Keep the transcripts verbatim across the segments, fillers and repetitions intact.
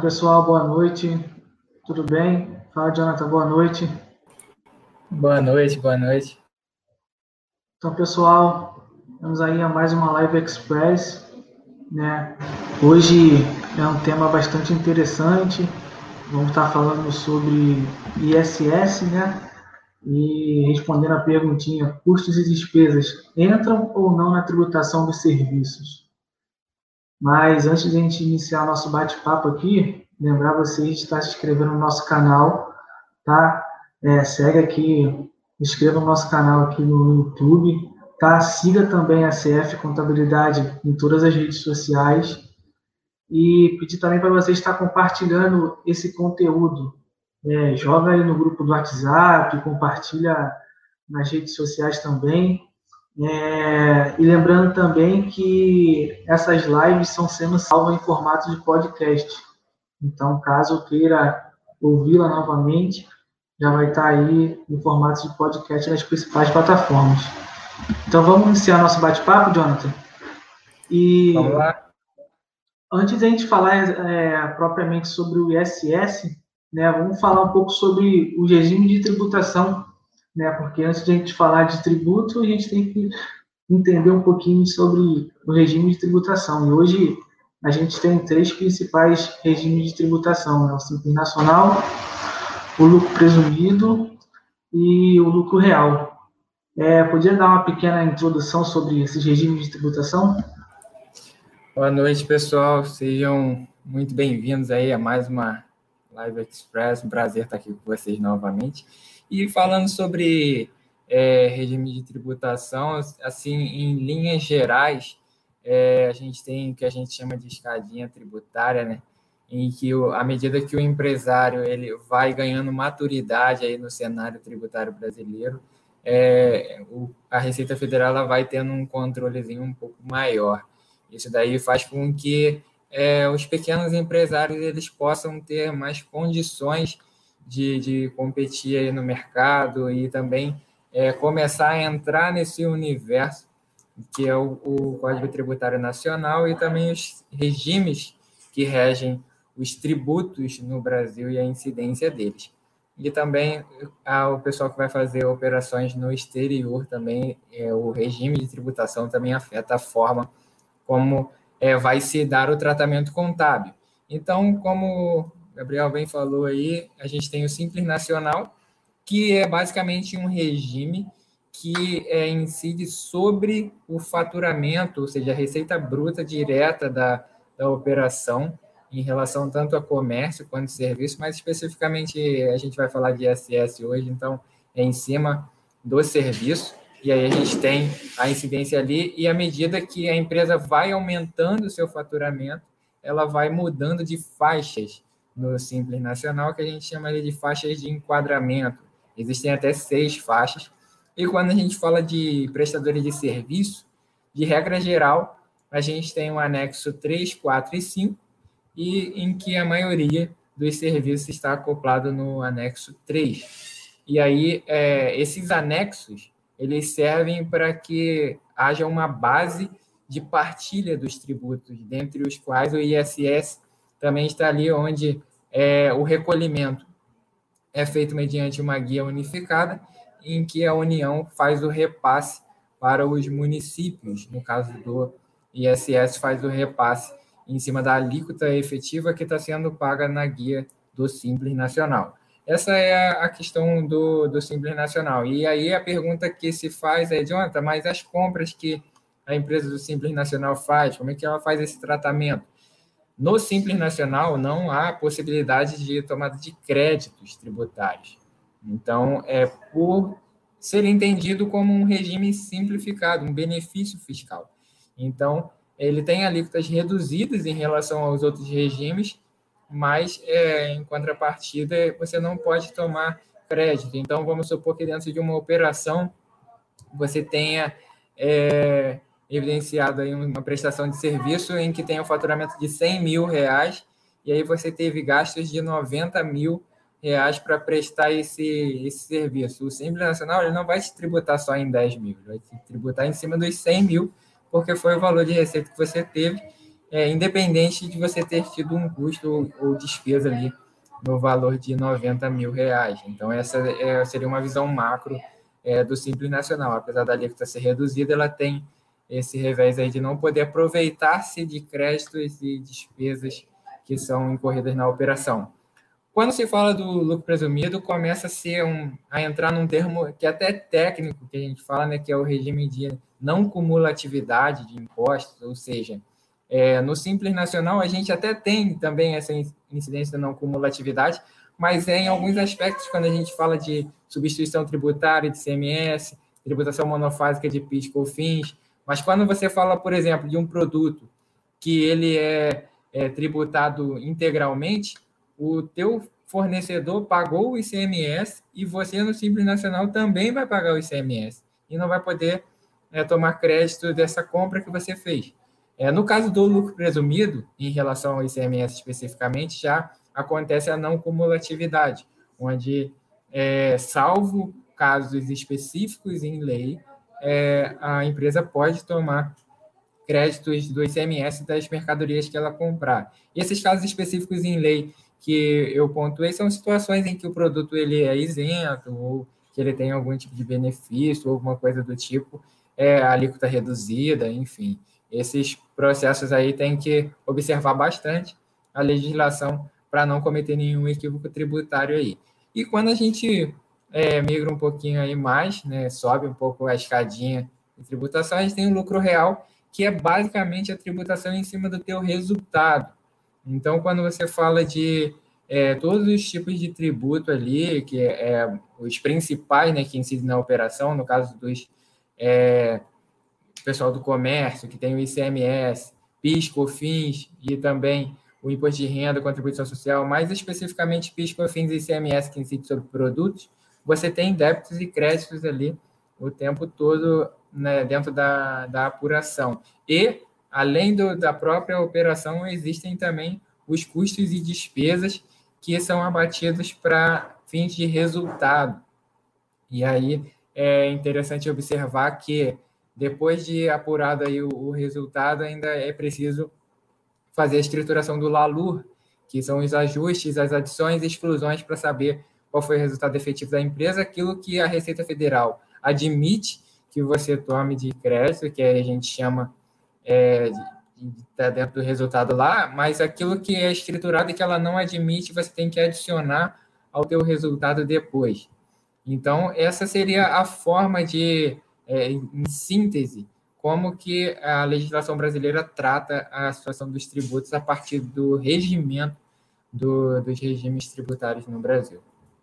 pessoal, boa noite. Tudo bem? Fala, Jonathan, boa noite. Boa noite, boa noite. Então, pessoal, vamos aí a mais uma Live Express, né? Hoje é um tema bastante interessante. Vamos estar falando sobre I S S, né? E respondendo a perguntinha, custos e despesas entram ou não na tributação dos serviços? Mas antes de a gente iniciar nosso bate-papo aqui, lembrar vocês de estar se inscrevendo no nosso canal, tá? É, segue aqui, inscreva no nosso canal aqui no YouTube, tá? Siga também a C F Contabilidade em todas as redes sociais e pedir também para você estar compartilhando esse conteúdo. É, joga aí no grupo do WhatsApp, compartilha nas redes sociais também. É, e lembrando também que essas lives estão sendo salvas em formato de podcast. Então, caso queira ouvi-la novamente, já vai estar aí em formato de podcast nas principais plataformas. Então, vamos iniciar nosso bate-papo, Jonathan? E Vamos lá? Antes da gente falar é, propriamente sobre o I S S, né, vamos falar um pouco sobre o regime de tributação, né, porque antes de a gente falar de tributo, a gente tem que entender um pouquinho sobre o regime de tributação. E hoje a gente tem três principais regimes de tributação, né? O Simples Nacional, o lucro presumido e o lucro real. É, podia dar uma pequena introdução sobre esses regimes de tributação? Boa noite, pessoal. Sejam muito bem-vindos aí a mais uma Live Express. Um prazer estar aqui com vocês novamente. E falando sobre é, regime de tributação, assim, em linhas gerais, é, a gente tem o que a gente chama de escadinha tributária, né? Em que, o, à medida que o empresário ele vai ganhando maturidade aí no cenário tributário brasileiro, é, o, a Receita Federal ela vai tendo um controlezinho um pouco maior. Isso daí faz com que é, os pequenos empresários eles possam ter mais condições de, de competir aí no mercado e também é, começar a entrar nesse universo que é o, o Código Tributário Nacional e também os regimes que regem os tributos no Brasil e a incidência deles. E também ah, o pessoal que vai fazer operações no exterior também, é, o regime de tributação também afeta a forma como é, vai se dar o tratamento contábil. Então, como o Gabriel bem falou aí, a gente tem o Simples Nacional, que é basicamente um regime que é, incide sobre o faturamento, ou seja, a receita bruta direta da, da operação, em relação tanto a comércio quanto a serviço, mas especificamente a gente vai falar de I S S hoje, então é em cima do serviço. E aí a gente tem a incidência ali, e à medida que a empresa vai aumentando o seu faturamento, ela vai mudando de faixas no Simples Nacional, que a gente chama ali de faixas de enquadramento. Existem até seis faixas. E quando a gente fala de prestadores de serviço, de regra geral, a gente tem o anexo três, quatro e cinco, e em que a maioria dos serviços está acoplado no anexo três. E aí, é, esses anexos, eles servem para que haja uma base de partilha dos tributos, dentre os quais o I S S também está ali, onde é, o recolhimento é feito mediante uma guia unificada, em que a União faz o repasse para os municípios. No caso do I S S, faz o repasse em cima da alíquota efetiva que está sendo paga na guia do Simples Nacional. Essa é a questão do, do Simples Nacional. E aí a pergunta que se faz é, Jonathan, mas as compras que a empresa do Simples Nacional faz, como é que ela faz esse tratamento? No Simples Nacional não há possibilidade de tomada de créditos tributários. Então, é por ser entendido como um regime simplificado, um benefício fiscal. Então, ele tem alíquotas reduzidas em relação aos outros regimes, mas, é, em contrapartida, você não pode tomar crédito. Então, vamos supor que dentro de uma operação você tenha é, evidenciado aí uma prestação de serviço em que tem um faturamento de cem mil reais e aí você teve gastos de noventa mil reais para prestar esse, esse serviço. O Simples Nacional ele não vai te tributar só em dez mil, vai te tributar em cima dos cem mil, porque foi o valor de receita que você teve é, independente de você ter tido um custo ou, ou despesa ali no valor de noventa mil reais. Então, essa é, seria uma visão macro é, do Simples Nacional. Apesar da alíquota ser reduzida, ela tem esse revés aí de não poder aproveitar-se de créditos e despesas que são incorridas na operação. Quando se fala do lucro presumido, começa a, ser um, a entrar num termo que é até técnico, que a gente fala, né, que é o regime de não cumulatividade de impostos, ou seja, é, no Simples Nacional a gente até tem também essa incidência da não cumulatividade, mas é em alguns aspectos, quando a gente fala de substituição tributária de I C M S, tributação monofásica de P I S, COFINS, mas quando você fala, por exemplo, de um produto que ele é, é tributado integralmente, o teu fornecedor pagou o I C M S e você, no Simples Nacional, também vai pagar o I C M S e não vai poder é, tomar crédito dessa compra que você fez. É, no caso do lucro presumido, em relação ao I C M S especificamente, já acontece a não cumulatividade, onde, é, salvo casos específicos em lei, é, a empresa pode tomar créditos do I C M S das mercadorias que ela comprar. E esses casos específicos em lei que eu pontuei são situações em que o produto ele é isento ou que ele tem algum tipo de benefício ou alguma coisa do tipo, é, alíquota reduzida, enfim. Esses processos aí tem que observar bastante a legislação para não cometer nenhum equívoco tributário aí. E quando a gente é, migra um pouquinho aí mais, né, sobe um pouco a escadinha de tributação, a gente tem o lucro real, que é basicamente a tributação em cima do teu resultado. Então, quando você fala de é, todos os tipos de tributo ali, que é, é os principais, né, que incidem na operação, no caso dos é, pessoal do comércio, que tem o I C M S, P I S, COFINS e também o imposto de renda, contribuição social, mais especificamente P I S, COFINS e I C M S, que incide sobre produtos, você tem débitos e créditos ali o tempo todo, né, dentro da, da apuração. E, além do, da própria operação, existem também os custos e despesas que são abatidos para fins de resultado. E aí é interessante observar que, depois de apurado aí o, o resultado, ainda é preciso fazer a escrituração do LALUR, que são os ajustes, as adições e exclusões para saber qual foi o resultado efetivo da empresa, aquilo que a Receita Federal admite que você tome de crédito, que a gente chama é, de estar dentro do resultado lá, mas aquilo que é escriturado e que ela não admite, você tem que adicionar ao teu resultado depois. Então, essa seria a forma de, é, em síntese, como que a legislação brasileira trata a situação dos tributos a partir do regimento do, dos regimes tributários no Brasil.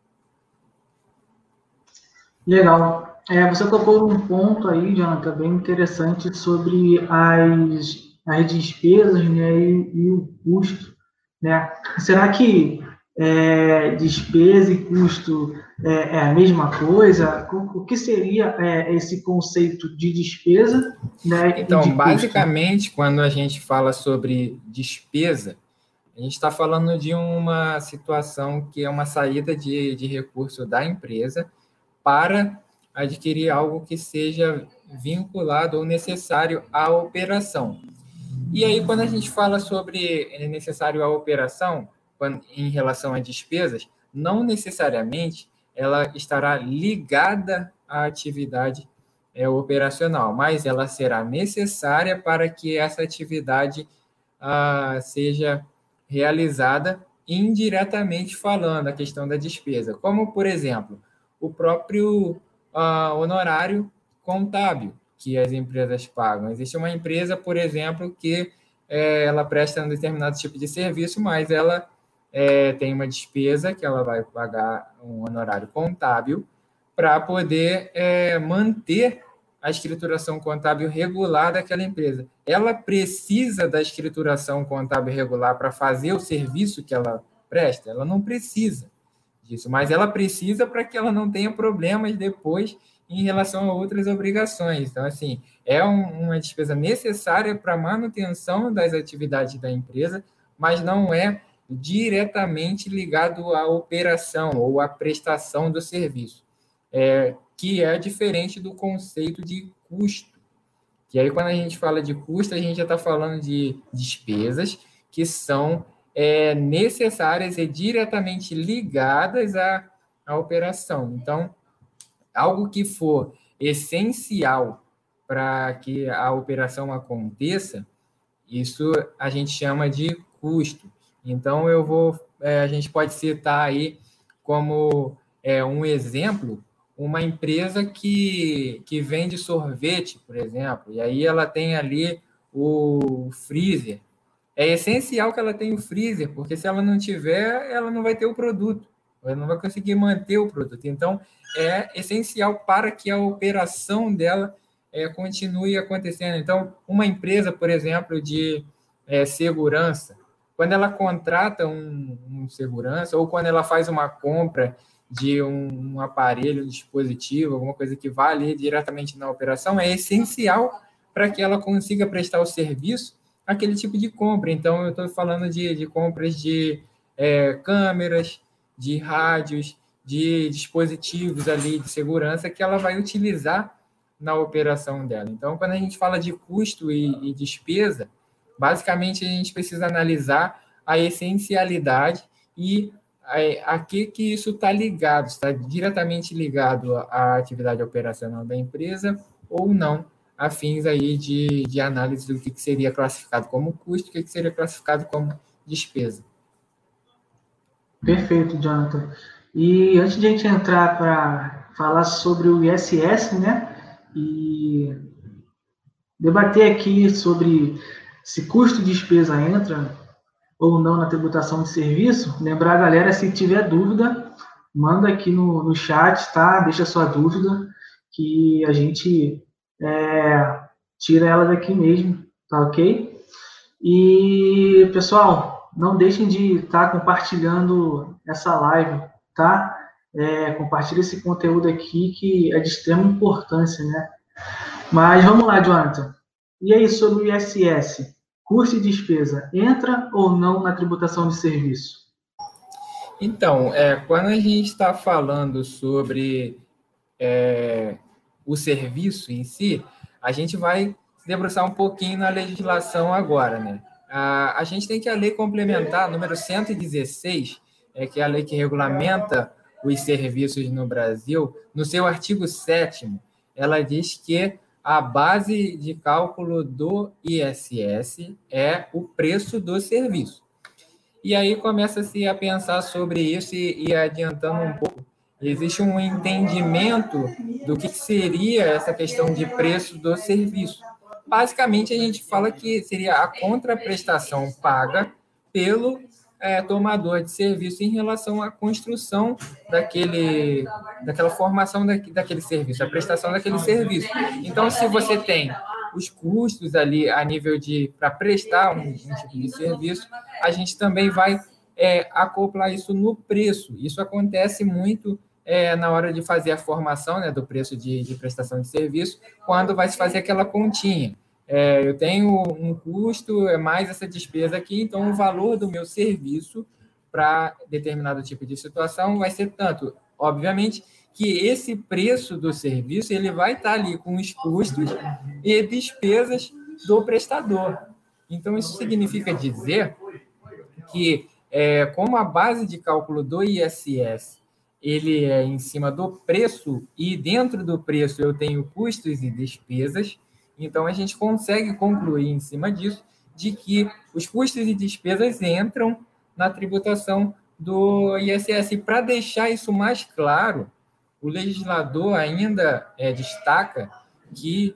Legal. É, você tocou num ponto aí, Jonathan, bem interessante sobre as, as despesas, né, e, e o custo, né? Será que é, despesa e custo é, é a mesma coisa? O, o que seria é, esse conceito de despesa, né, então, e de basicamente, custo? quando a gente fala sobre despesa, a gente está falando de uma situação que é uma saída de, de recurso da empresa para adquirir algo que seja vinculado ou necessário à operação. E aí, quando a gente fala sobre é necessário à operação, quando, em relação a despesas, não necessariamente ela estará ligada à atividade é, operacional, mas ela será necessária para que essa atividade ah, seja realizada indiretamente falando a questão da despesa, como, por exemplo, o próprio ah, honorário contábil que as empresas pagam. Existe uma empresa, por exemplo, que é, ela presta um determinado tipo de serviço, mas ela é, tem uma despesa que ela vai pagar um honorário contábil para poder é, manter a escrituração contábil regular daquela empresa. Ela precisa da escrituração contábil regular para fazer o serviço que ela presta? Ela não precisa disso, mas ela precisa para que ela não tenha problemas depois em relação a outras obrigações. Então, assim, é um, uma despesa necessária para a manutenção das atividades da empresa, mas não é diretamente ligado à operação ou à prestação do serviço, é, que é diferente do conceito de custo. Que aí, quando a gente fala de custo, a gente já está falando de despesas que são é, necessárias e diretamente ligadas à, à operação. Então, algo que for essencial para que a operação aconteça, isso a gente chama de custo. Então, eu vou, é, a gente pode citar aí como é, um exemplo uma empresa que, que vende sorvete, por exemplo, e aí ela tem ali o freezer. É essencial que ela tenha o freezer, porque se ela não tiver, ela não vai ter o produto, ela não vai conseguir manter o produto. Então, é essencial para que a operação dela é, continue acontecendo. Então, uma empresa, por exemplo, de é, segurança, quando ela contrata um, um segurança ou quando ela faz uma compra de um, um aparelho, um dispositivo, alguma coisa que vá ali diretamente na operação, é essencial para que ela consiga prestar o serviço aquele tipo de compra. Então, eu estou falando de, de compras de é, câmeras, de rádios, de dispositivos ali de segurança que ela vai utilizar na operação dela. Então, quando a gente fala de custo e, e despesa, basicamente a gente precisa analisar a essencialidade e a, a que, que isso está ligado, está diretamente ligado à atividade operacional da empresa ou não, a fins aí de, de análise do que, que seria classificado como custo, o que, que seria classificado como despesa. Perfeito, Jonathan. E antes de a gente entrar para falar sobre o I S S, né, e debater aqui sobre se custo e despesa entra ou não na tributação de serviço, lembrar a galera, se tiver dúvida, manda aqui no, no chat, tá? Deixa sua dúvida, que a gente é, tira ela daqui mesmo, tá ok? E, pessoal, não deixem de estar tá compartilhando essa live, tá? É, compartilha esse conteúdo aqui que é de extrema importância, né? Mas vamos lá, Jonathan. E aí, sobre o I S S? Custo e despesa, entra ou não na tributação de serviço? Então, é, quando a gente está falando sobre é, o serviço em si, a gente vai se debruçar um pouquinho na legislação agora, né? A, a gente tem que a lei complementar, número cento e dezesseis, é, que é a lei que regulamenta os serviços no Brasil, no seu artigo sétimo, ela diz que a base de cálculo do I S S é o preço do serviço. E aí começa-se a pensar sobre isso e, e adiantando um pouco. Existe um entendimento do que seria essa questão de preço do serviço. Basicamente, a gente fala que seria a contraprestação paga pelo é, tomador de serviço em relação à construção daquele, daquela formação da, daquele serviço, a prestação daquele serviço. Então, se você tem os custos ali a nível de para prestar um, um tipo de serviço, a gente também vai é, acoplar isso no preço. Isso acontece muito é, na hora de fazer a formação, né, do preço de, de prestação de serviço, quando vai se fazer aquela continha. É, eu tenho um custo, é mais essa despesa aqui, então o valor do meu serviço para determinado tipo de situação vai ser tanto. Obviamente que esse preço do serviço ele vai estar ali com os custos e despesas do prestador. Então, isso significa dizer que, é, como a base de cálculo do I S S ele é em cima do preço e dentro do preço eu tenho custos e despesas, então a gente consegue concluir em cima disso de que os custos e despesas entram na tributação do I S S. E para deixar isso mais claro, o legislador ainda é, destaca que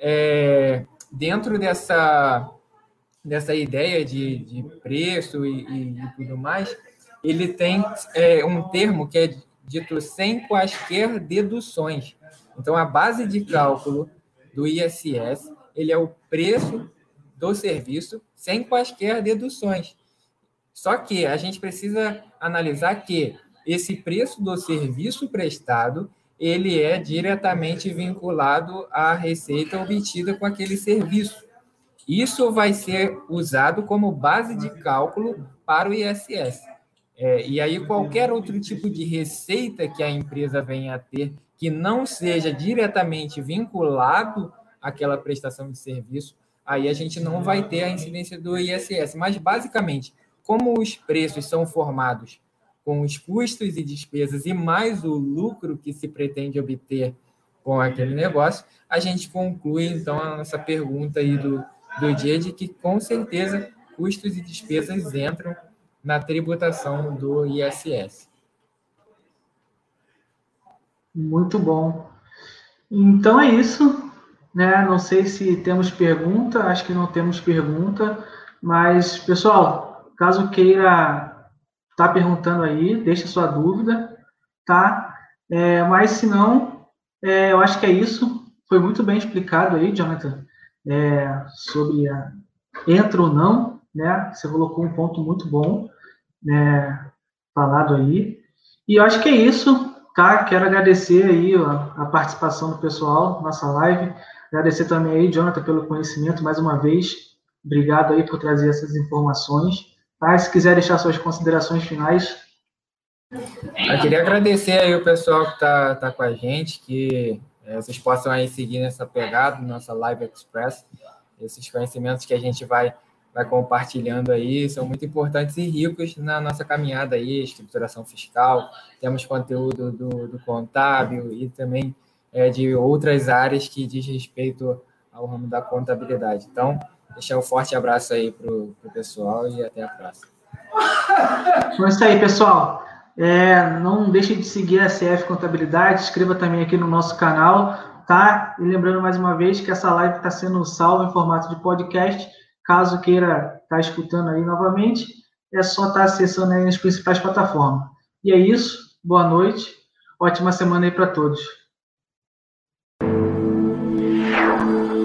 é, dentro dessa, dessa ideia de, de preço e, e, e tudo mais, ele tem é, um termo que é dito sem quaisquer deduções. Então, a base de cálculo do I S S, ele é o preço do serviço sem quaisquer deduções. Só que a gente precisa analisar que esse preço do serviço prestado, ele é diretamente vinculado à receita obtida com aquele serviço. Isso vai ser usado como base de cálculo para o I S S. É, e aí, qualquer outro tipo de receita que a empresa venha a ter, que não seja diretamente vinculado aquela prestação de serviço, aí a gente não vai ter a incidência do I S S. Mas, basicamente, como os preços são formados com os custos e despesas e mais o lucro que se pretende obter com aquele negócio, a gente conclui, então, a nossa pergunta aí do, do dia de que, com certeza, custos e despesas entram na tributação do I S S. Muito bom. Então é isso, né? Não sei se temos pergunta, acho que não temos pergunta, mas, pessoal, caso queira estar perguntando aí, deixa sua dúvida, tá? É, mas se não, é, eu acho que é isso. Foi muito bem explicado aí, Jonathan, é, sobre a entra ou não, né? Você colocou um ponto muito bom, né, falado aí. E eu acho que é isso, tá? Quero agradecer aí a, a participação do pessoal na nossa live. Agradecer também aí, Jonathan, pelo conhecimento mais uma vez. Obrigado aí por trazer essas informações. Tá? Se quiser deixar suas considerações finais. Eu queria agradecer aí o pessoal que está tá com a gente, que é, vocês possam aí seguir nessa pegada, nossa Live Express. Esses conhecimentos que a gente vai, vai compartilhando aí são muito importantes e ricos na nossa caminhada aí, estruturação fiscal, temos conteúdo do, do contábil e também é, de outras áreas que diz respeito ao ramo da contabilidade. Então, deixar um forte abraço aí para o pessoal e até a próxima. Então é isso aí, pessoal. É, não deixe de seguir a C F Contabilidade, inscreva também aqui no nosso canal, tá? E lembrando mais uma vez que essa live está sendo salva em formato de podcast. Caso queira estar escutando aí novamente, é só estar acessando aí nas principais plataformas. E é isso, boa noite, ótima semana aí para todos.